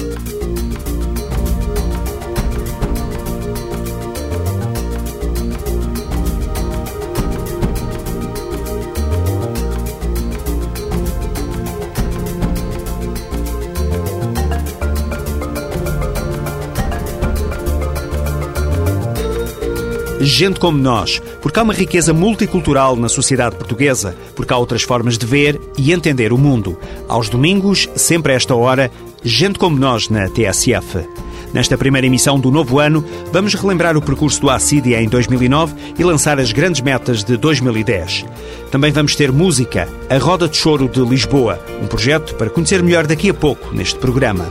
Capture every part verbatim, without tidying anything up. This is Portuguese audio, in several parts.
Gente como nós, porque há uma riqueza multicultural na sociedade portuguesa, porque há outras formas de ver e entender o mundo. Aos domingos, sempre a esta hora, Gente como nós na T S F. Nesta primeira emissão do novo ano, vamos relembrar o percurso do ACIDI em dois mil e nove e lançar as grandes metas de dois mil e dez. Também vamos ter música, a Roda de Choro de Lisboa, um projeto para conhecer melhor daqui a pouco neste programa.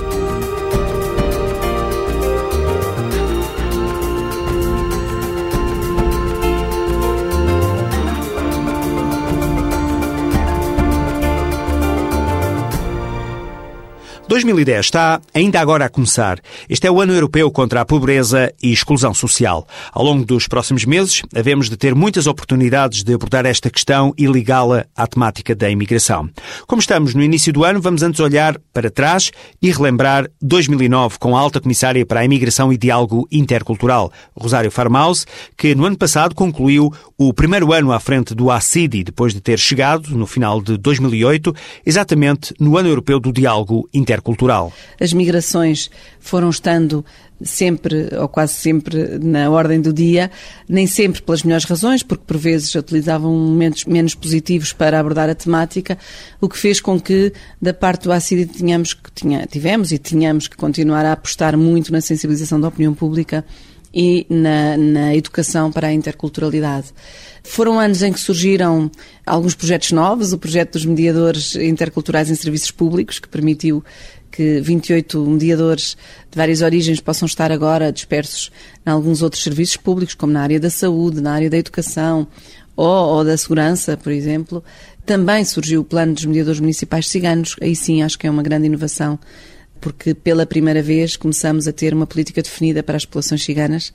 dois mil e dez está ainda agora a começar. Este é o ano europeu contra a pobreza e exclusão social. Ao longo dos próximos meses, havemos de ter muitas oportunidades de abordar esta questão e ligá-la à temática da imigração. Como estamos no início do ano, vamos antes olhar para trás e relembrar dois mil e nove com a Alta Comissária para a Imigração e Diálogo Intercultural, Rosário Farmaus, que no ano passado concluiu o primeiro ano à frente do ACIDI, depois de ter chegado, no final de dois mil e oito, exatamente no Ano Europeu do Diálogo Intercultural. Cultural. As migrações foram estando sempre, ou quase sempre, na ordem do dia, nem sempre pelas melhores razões, porque por vezes utilizavam momentos menos positivos para abordar a temática, o que fez com que, da parte do ACIDI, tínhamos, que tinha, tivemos e tínhamos que continuar a apostar muito na sensibilização da opinião pública e na, na educação para a interculturalidade. Foram anos em que surgiram alguns projetos novos, o projeto dos mediadores interculturais em serviços públicos, que permitiu que vinte e oito mediadores de várias origens possam estar agora dispersos em alguns outros serviços públicos, como na área da saúde, na área da educação ou, ou da segurança, por exemplo. Também surgiu o plano dos mediadores municipais ciganos, aí sim acho que é uma grande inovação, porque pela primeira vez começamos a ter uma política definida para as populações ciganas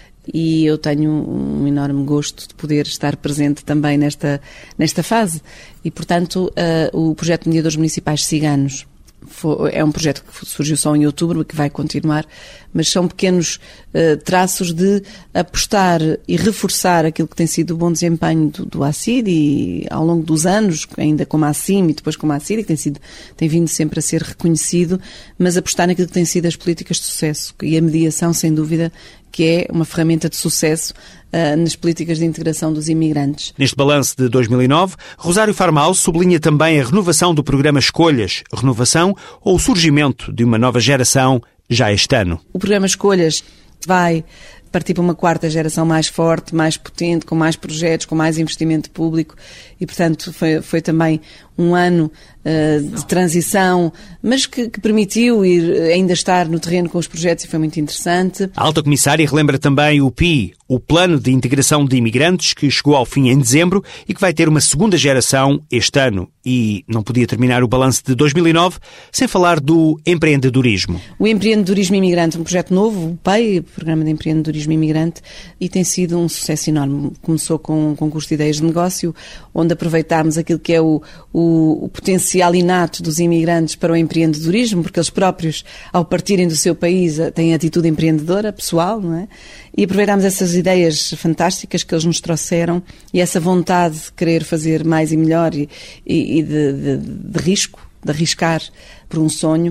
e eu tenho um enorme gosto de poder estar presente também nesta, nesta fase. E, portanto, uh, o projeto de mediadores municipais ciganos foi, é um projeto que surgiu só em outubro e que vai continuar, mas são pequenos uh, traços de apostar e reforçar aquilo que tem sido o bom desempenho do, do ACIDI ao longo dos anos, ainda como a ACIM e depois como a ACIDI, que tem, sido, tem vindo sempre a ser reconhecido, mas apostar naquilo que tem sido as políticas de sucesso. E a mediação, sem dúvida, que é uma ferramenta de sucesso uh, nas políticas de integração dos imigrantes. Neste balanço de dois mil e nove, Rosário Farmaus sublinha também a renovação do programa Escolhas, renovação ou o surgimento de uma nova geração já este ano. O programa Escolhas vai partir para uma quarta geração mais forte, mais potente, com mais projetos, com mais investimento público e, portanto, foi, foi também um ano uh, de transição, mas que, que permitiu ir, ainda estar no terreno com os projetos e foi muito interessante. A Alta Comissária relembra também o P I, o Plano de Integração de Imigrantes, que chegou ao fim em dezembro e que vai ter uma segunda geração este ano. E não podia terminar o balanço de dois mil e nove sem falar do empreendedorismo. O empreendedorismo imigrante, um projeto novo, o P E I, o Programa de Empreendedorismo Imigrante, e tem sido um sucesso enorme. Começou com um concurso de ideias de negócio, onde aproveitámos aquilo que é o, o, o potencial inato dos imigrantes para o empreendedorismo, porque eles próprios, ao partirem do seu país, têm atitude empreendedora, pessoal, não é? E aproveitámos essas ideias fantásticas que eles nos trouxeram e essa vontade de querer fazer mais e melhor e, e, e de, de, de risco, de arriscar por um sonho.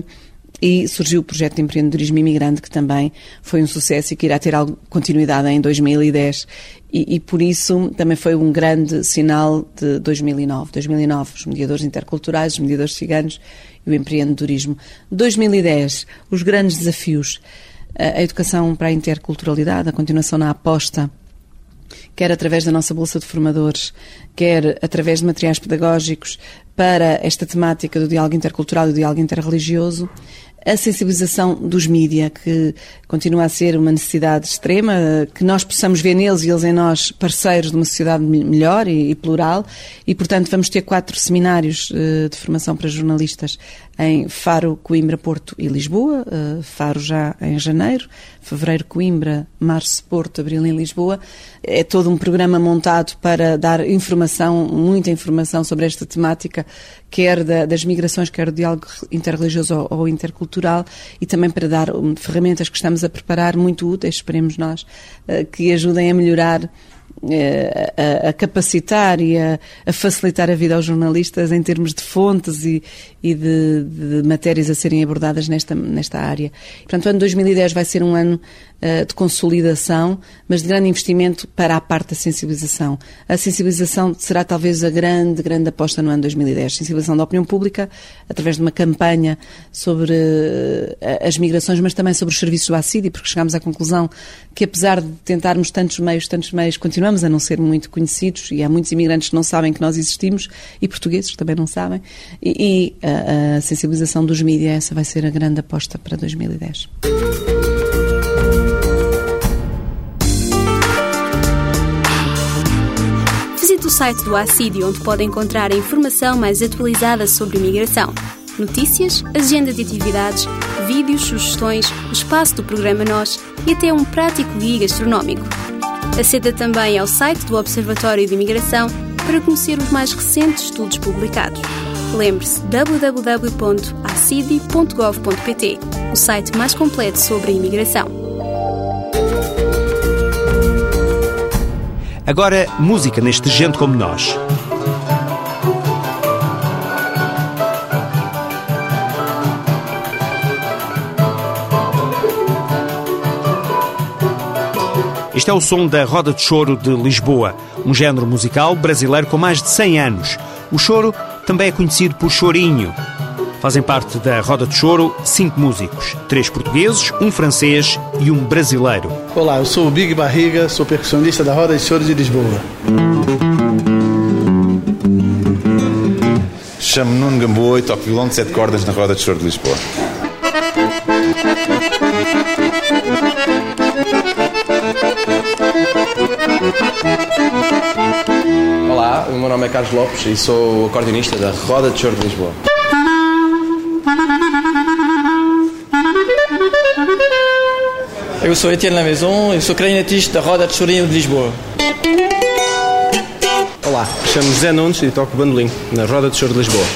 E surgiu o projeto de empreendedorismo imigrante, que também foi um sucesso e que irá ter continuidade em dois mil e dez. E, e por isso também foi um grande sinal de dois mil e nove. dois mil e nove, os mediadores interculturais, os mediadores ciganos e o empreendedorismo. dois mil e dez, os grandes desafios. A educação para a interculturalidade, a continuação na aposta, quer através da nossa Bolsa de Formadores, quer através de materiais pedagógicos para esta temática do diálogo intercultural e do diálogo interreligioso, a sensibilização dos mídia, que continua a ser uma necessidade extrema, que nós possamos ver neles e eles em nós parceiros de uma sociedade melhor e, e plural, e portanto vamos ter quatro seminários uh, de formação para jornalistas em Faro, Coimbra, Porto e Lisboa, uh, Faro já em janeiro, fevereiro Coimbra, março Porto, abril em Lisboa. É todo um programa montado para dar informação, muita informação sobre esta temática quer da, das migrações, quer do diálogo interreligioso ou, ou intercultural, e também para dar um, ferramentas que estamos a preparar muito úteis, esperemos nós, uh, que ajudem a melhorar, A, a capacitar e a, a facilitar a vida aos jornalistas em termos de fontes e, e de, de matérias a serem abordadas nesta, nesta área. Portanto, o ano dois mil e dez vai ser um ano uh, de consolidação, mas de grande investimento para a parte da sensibilização. A sensibilização será talvez a grande, grande aposta no ano dois mil e dez. Sensibilização da opinião pública, através de uma campanha sobre uh, as migrações, mas também sobre os serviços do A C I D I, porque chegámos à conclusão que, apesar de tentarmos tantos meios, tantos meios, continuamos a não ser muito conhecidos, e há muitos imigrantes que não sabem que nós existimos, e portugueses que também não sabem, e, e a, a sensibilização dos mídias, essa vai ser a grande aposta para dois mil e dez. Visite o site do A C I D I, onde pode encontrar a informação mais atualizada sobre imigração. Notícias, agenda de atividades, vídeos, sugestões, o espaço do programa Nós e até um prático guia gastronómico. Aceda também ao site do Observatório de Imigração para conhecer os mais recentes estudos publicados. Lembre-se w w w ponto a c i d i ponto gov ponto p t, o site mais completo sobre a imigração. Agora, música neste Gente Como Nós. Este é o som da Roda de Choro de Lisboa, um género musical brasileiro com mais de cem anos. O choro também é conhecido por chorinho. Fazem parte da Roda de Choro cinco músicos, três portugueses, um francês e um brasileiro. Olá, eu sou o Big Barriga, sou percussionista da Roda de Choro de Lisboa. Chamo-me Nuno Gamboa e toco violão de sete cordas na Roda de Choro de Lisboa. Olá, o meu nome é Carlos Lopes e sou acordeonista da Roda de Choro de Lisboa. Eu sou Etienne Lamaison e sou clarinetista da Roda de Chorinho de Lisboa. Olá, chamo-me Zé Nunes e toco bandolim na Roda de Choro de Lisboa.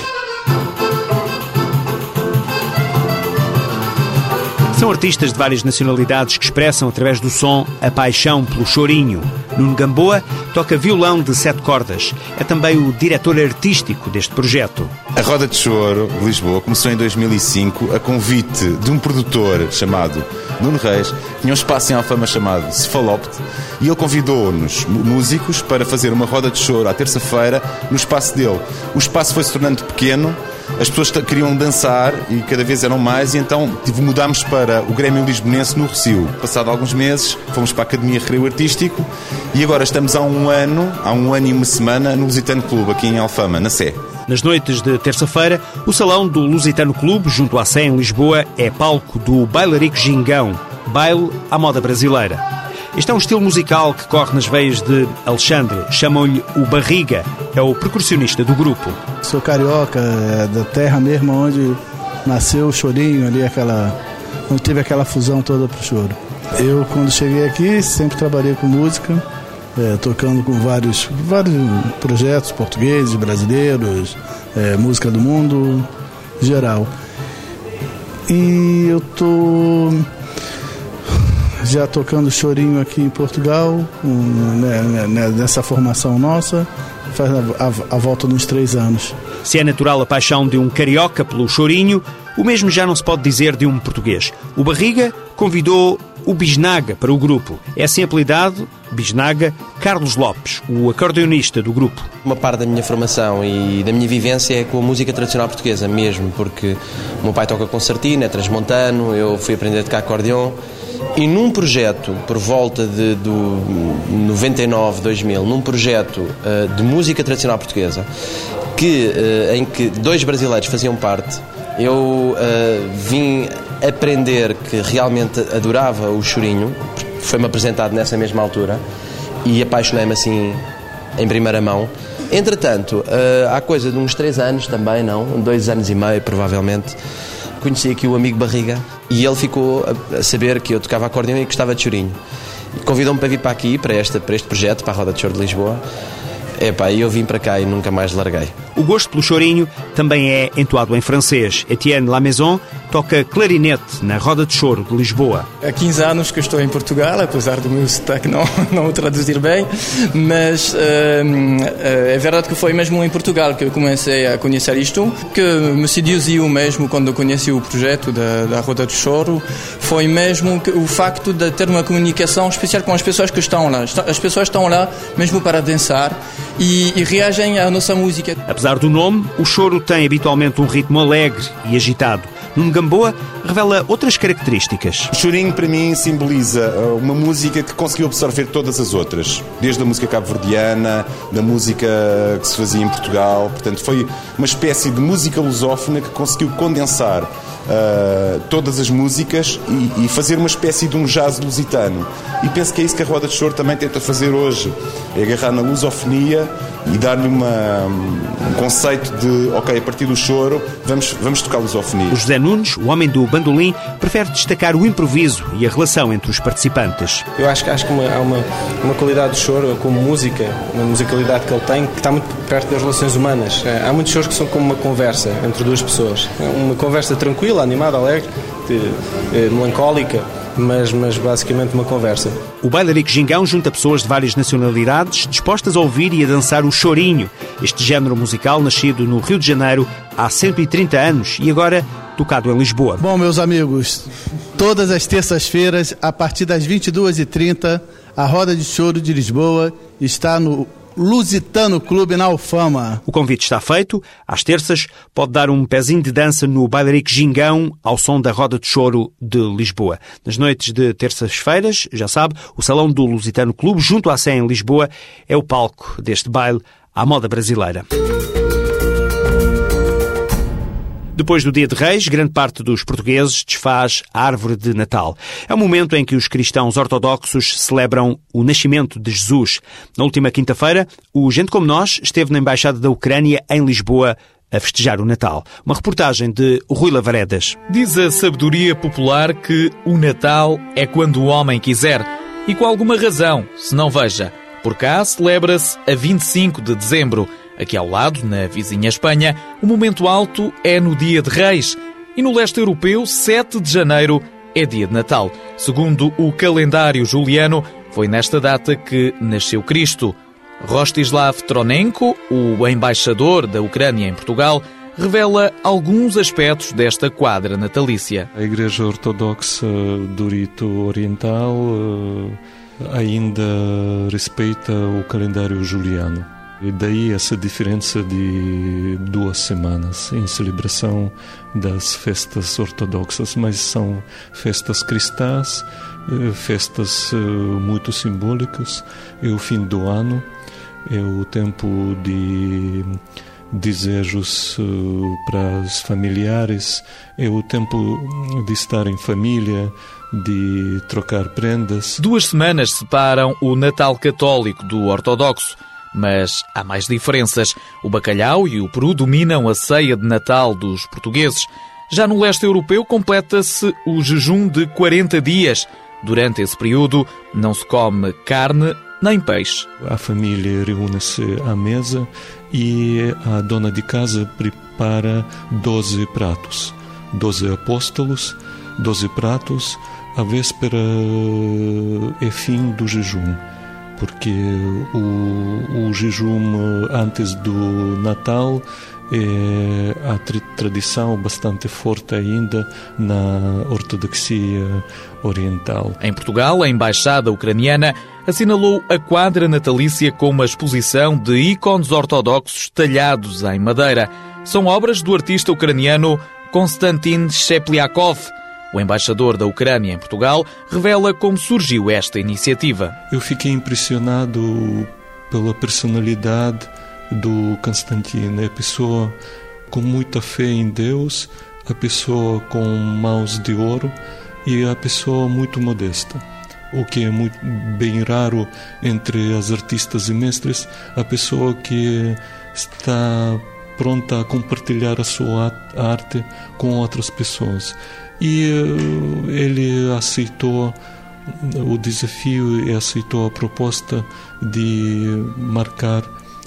São artistas de várias nacionalidades que expressam através do som a paixão pelo chorinho. Nuno Gamboa toca violão de sete cordas. É também o diretor artístico deste projeto. A Roda de Choro de Lisboa começou em dois mil e cinco a convite de um produtor chamado Nuno Reis, que tinha um espaço em Alfama chamado Cefalopte, e ele convidou-nos, músicos, para fazer uma roda de choro à terça-feira no espaço dele. O espaço foi se tornando pequeno, as pessoas queriam dançar e cada vez eram mais, e então mudámos para o Grêmio Lisbonense no Rossio. Passado alguns meses, fomos para a Academia Recreio Artístico e agora estamos há um ano, há um ano e uma semana, no Lusitano Clube, aqui em Alfama, na Sé. Nas noites de terça-feira, o salão do Lusitano Clube, junto à Sé, em Lisboa, é palco do Bailarico Gingão, baile à moda brasileira. Este é um estilo musical que corre nas veias de Alexandre. Chamam-lhe o Barriga, é o percussionista do grupo. Sou carioca, é da terra mesmo onde nasceu o chorinho, ali aquela, onde teve aquela fusão toda pro choro. Eu, quando cheguei aqui, sempre trabalhei com música, é, tocando com vários, vários projetos portugueses, brasileiros, é, música do mundo geral. E eu tô já tocando chorinho aqui em Portugal, né, né, nessa formação nossa, faz a, a, a volta de uns três anos. Se é natural a paixão de um carioca pelo chorinho, o mesmo já não se pode dizer de um português. O Barriga convidou o Bisnaga para o grupo. É assim apelidado, Bisnaga, Carlos Lopes, o acordeonista do grupo. Uma parte da minha formação e da minha vivência é com a música tradicional portuguesa mesmo, porque o meu pai toca concertina, é transmontano, eu fui aprender a tocar acordeon. E num projeto, por volta de do noventa e nove, dois mil, num projeto uh, de música tradicional portuguesa, que, uh, em que dois brasileiros faziam parte, eu uh, vim aprender que realmente adorava o chorinho, foi-me apresentado nessa mesma altura, e apaixonei-me assim em primeira mão. Entretanto, uh, há coisa de uns três anos também, não? Dois anos e meio, provavelmente, conheci aqui o amigo Barriga e ele ficou a saber que eu tocava acordeão e gostava de chorinho. Convidou-me para vir para aqui, para este, para este projeto, para a Roda de Choro de Lisboa. Epá, e eu vim para cá e nunca mais larguei. O gosto pelo chorinho também é entoado em francês. Etienne Lamaison toca clarinete na Roda de Choro de Lisboa. Há quinze anos que estou em Portugal, apesar do meu sotaque não, não o traduzir bem, mas uh, é verdade que foi mesmo em Portugal que eu comecei a conhecer isto, que me seduziu mesmo quando eu conheci o projeto da, da Roda de Choro, foi mesmo que, o facto de ter uma comunicação especial com as pessoas que estão lá. As pessoas estão lá mesmo para dançar e, e reagem à nossa música. Apesar do nome, o choro tem habitualmente um ritmo alegre e agitado. Nuno Gamboa revela outras características. O chorinho, para mim, simboliza uma música que conseguiu absorver todas as outras. Desde a música cabo-verdiana, da música que se fazia em Portugal. Portanto, foi uma espécie de música lusófona que conseguiu condensar uh, todas as músicas e, e fazer uma espécie de um jazz lusitano. E penso que é isso que a Roda de Choro também tenta fazer hoje. É agarrar na lusofonia e dar-lhe uma, um conceito de, ok, a partir do choro, vamos, vamos tocar lusofonia. O José Nunes, o homem do bandolim, prefere destacar o improviso e a relação entre os participantes. Eu acho, acho que uma, há uma, uma qualidade do choro como música, uma musicalidade que ele tem, que está muito perto das relações humanas. Há muitos choros que são como uma conversa entre duas pessoas. Uma conversa tranquila, animada, alegre, de, melancólica, Mas, mas basicamente uma conversa. O Bailarico Gingão junta pessoas de várias nacionalidades dispostas a ouvir e a dançar o chorinho, este género musical nascido no Rio de Janeiro há cento e trinta anos e agora tocado em Lisboa. Bom, meus amigos, todas as terças-feiras, a partir das vinte e duas e trinta, a Roda de Choro de Lisboa está no Lusitano Clube na Alfama. O convite está feito. Às terças pode dar um pezinho de dança no Bailarico Gingão ao som da Roda de Choro de Lisboa. Nas noites de terças-feiras, já sabe, o Salão do Lusitano Clube, junto à Sé em Lisboa, é o palco deste baile à moda brasileira. Depois do Dia de Reis, grande parte dos portugueses desfaz a árvore de Natal. É o momento em que os cristãos ortodoxos celebram o nascimento de Jesus. Na última quinta-feira, o Gente Como Nós esteve na Embaixada da Ucrânia, em Lisboa, a festejar o Natal. Uma reportagem de Rui Lavaredas. Diz a sabedoria popular que o Natal é quando o homem quiser. E com alguma razão, se não veja. Por cá celebra-se a vinte e cinco de dezembro. Aqui ao lado, na vizinha Espanha, o momento alto é no Dia de Reis. E no leste europeu, sete de janeiro, é Dia de Natal. Segundo o calendário juliano, foi nesta data que nasceu Cristo. Rostislav Tronenko, o embaixador da Ucrânia em Portugal, revela alguns aspectos desta quadra natalícia. A Igreja Ortodoxa do Rito Oriental ainda respeita o calendário juliano. E daí essa diferença de duas semanas em celebração das festas ortodoxas, mas são festas cristãs, festas muito simbólicas. É o fim do ano, é o tempo de desejos para os familiares, é o tempo de estar em família, de trocar prendas. Duas semanas separam o Natal católico do ortodoxo. Mas há mais diferenças. O bacalhau e o peru dominam a ceia de Natal dos portugueses. Já no leste europeu completa-se o jejum de quarenta dias. Durante esse período não se come carne nem peixe. A família reúne-se à mesa e a dona de casa prepara doze pratos. Doze apóstolos, doze pratos. A véspera é fim do jejum, porque o, o jejum antes do Natal é a tra- tradição bastante forte ainda na ortodoxia oriental. Em Portugal, a Embaixada Ucraniana assinalou a quadra natalícia com uma exposição de ícones ortodoxos talhados em madeira. São obras do artista ucraniano Konstantin Shepliakov. O embaixador da Ucrânia em Portugal revela como surgiu esta iniciativa. Eu fiquei impressionado pela personalidade do Konstantin. É a pessoa com muita fé em Deus, a pessoa com mãos de ouro e a pessoa muito modesta. O que é muito bem raro entre as artistas e mestres, a pessoa que está pronta a compartilhar a sua arte com outras pessoas. E ele aceitou o desafio e aceitou a proposta de marcar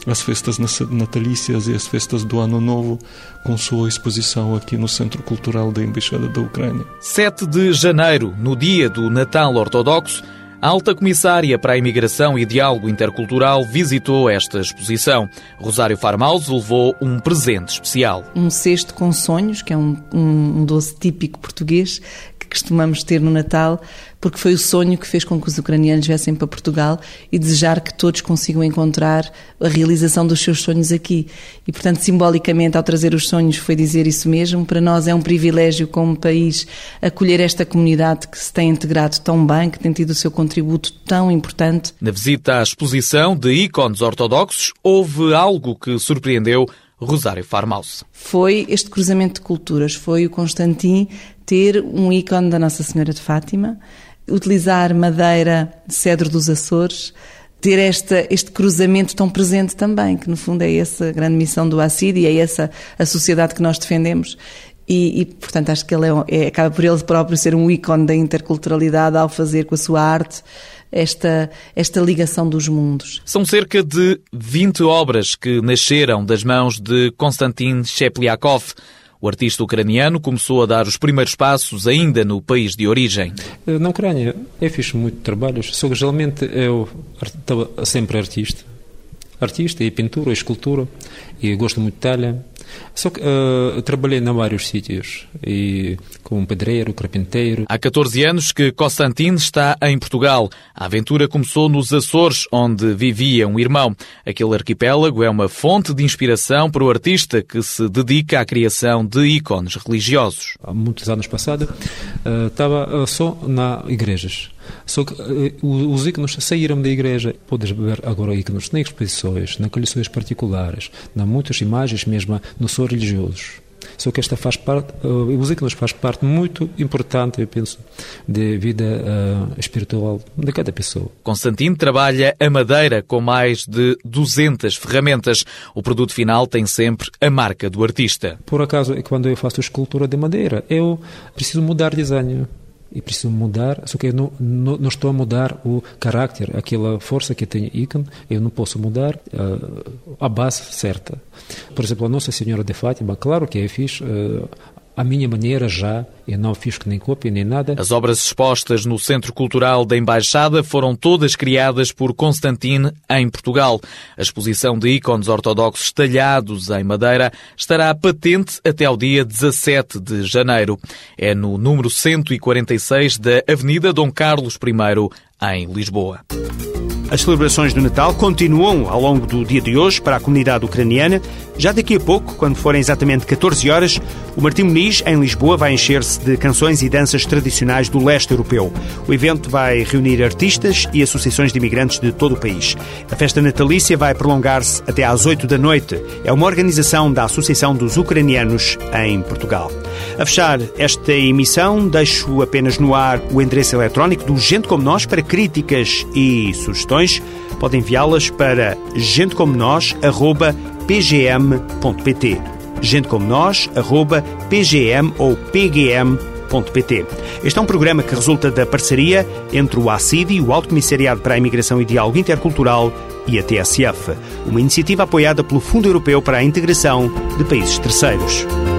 as festas natalícias e as festas do Ano Novo com sua exposição aqui no Centro Cultural da Embaixada da Ucrânia. sete de janeiro, no dia do Natal Ortodoxo, a Alta Comissária para a Imigração e Diálogo Intercultural visitou esta exposição. Rosário Farmaus levou um presente especial. Um cesto com sonhos, que é um, um, um doce típico português que costumamos ter no Natal, porque foi o sonho que fez com que os ucranianos viessem para Portugal e desejar que todos consigam encontrar a realização dos seus sonhos aqui. E, portanto, simbolicamente, ao trazer os sonhos, foi dizer isso mesmo. Para nós é um privilégio, como país, acolher esta comunidade que se tem integrado tão bem, que tem tido o seu contributo tão importante. Na visita à exposição de ícones ortodoxos, houve algo que surpreendeu Rosário Farmaus. Foi este cruzamento de culturas, foi o Constantin ter um ícone da Nossa Senhora de Fátima, utilizar madeira de cedro dos Açores, ter esta, este cruzamento tão presente também, que no fundo é essa grande missão do ACID e é essa a sociedade que nós defendemos. E, e portanto, acho que ele é, é, acaba por ele próprio ser um ícone da interculturalidade ao fazer com a sua arte esta, esta ligação dos mundos. São cerca de vinte obras que nasceram das mãos de Konstantin Shepliakov. O artista ucraniano começou a dar os primeiros passos ainda no país de origem. Na Ucrânia eu fiz muito trabalhos, só que geralmente eu estava sempre artista. Artista e pintura e escultura, e gosto muito de talha. Só que uh, trabalhei em vários sítios, e como pedreiro, carpinteiro. Há catorze anos que Konstantin está em Portugal. A aventura começou nos Açores, onde vivia um irmão. Aquele arquipélago é uma fonte de inspiração para o artista que se dedica à criação de ícones religiosos. Há muitos anos passados, uh, estava uh, só nas igrejas. Só que uh, os ícones saíram da igreja. Podes ver agora ícones nas exposições, nas coleções particulares, nas muitas imagens mesmo não são religiosos. Só que esta faz parte, uh, os ícones faz parte muito importante, eu penso, da vida uh, espiritual de cada pessoa. Konstantin trabalha a madeira com mais de duzentas ferramentas. O produto final tem sempre a marca do artista. Por acaso, quando eu faço escultura de madeira, eu preciso mudar de desenho. E preciso mudar, só que eu não, não, não estou a mudar o caráter, aquela força que tem ícone, eu não posso mudar uh, a base certa. Por exemplo, a Nossa Senhora de Fátima, claro que eu fiz uh, a minha maneira já, eu não fiz nem cópia nem nada. As obras expostas no Centro Cultural da Embaixada foram todas criadas por Konstantin em Portugal. A exposição de ícones ortodoxos talhados em madeira estará patente até ao dia dezassete de janeiro. É no número cento e quarenta e seis da Avenida Dom Carlos I, em Lisboa. As celebrações do Natal continuam ao longo do dia de hoje para a comunidade ucraniana. Já daqui a pouco, quando forem exatamente catorze horas, o Martim Moniz, em Lisboa, vai encher-se de canções e danças tradicionais do leste europeu. O evento vai reunir artistas e associações de imigrantes de todo o país. A festa natalícia vai prolongar-se até às oito da noite. É uma organização da Associação dos Ucranianos em Portugal. A fechar esta emissão, deixo apenas no ar o endereço eletrónico do Gente Como Nós para críticas e sugestões. Podem enviá-las para gentecomonós arroba p g m ponto p t. gentecomonós arroba p g m ou p g m ponto p t. Este é um programa que resulta da parceria entre o ACID, o Alto Comissariado para a Imigração e Diálogo Intercultural, e a T S F, uma iniciativa apoiada pelo Fundo Europeu para a Integração de Países Terceiros.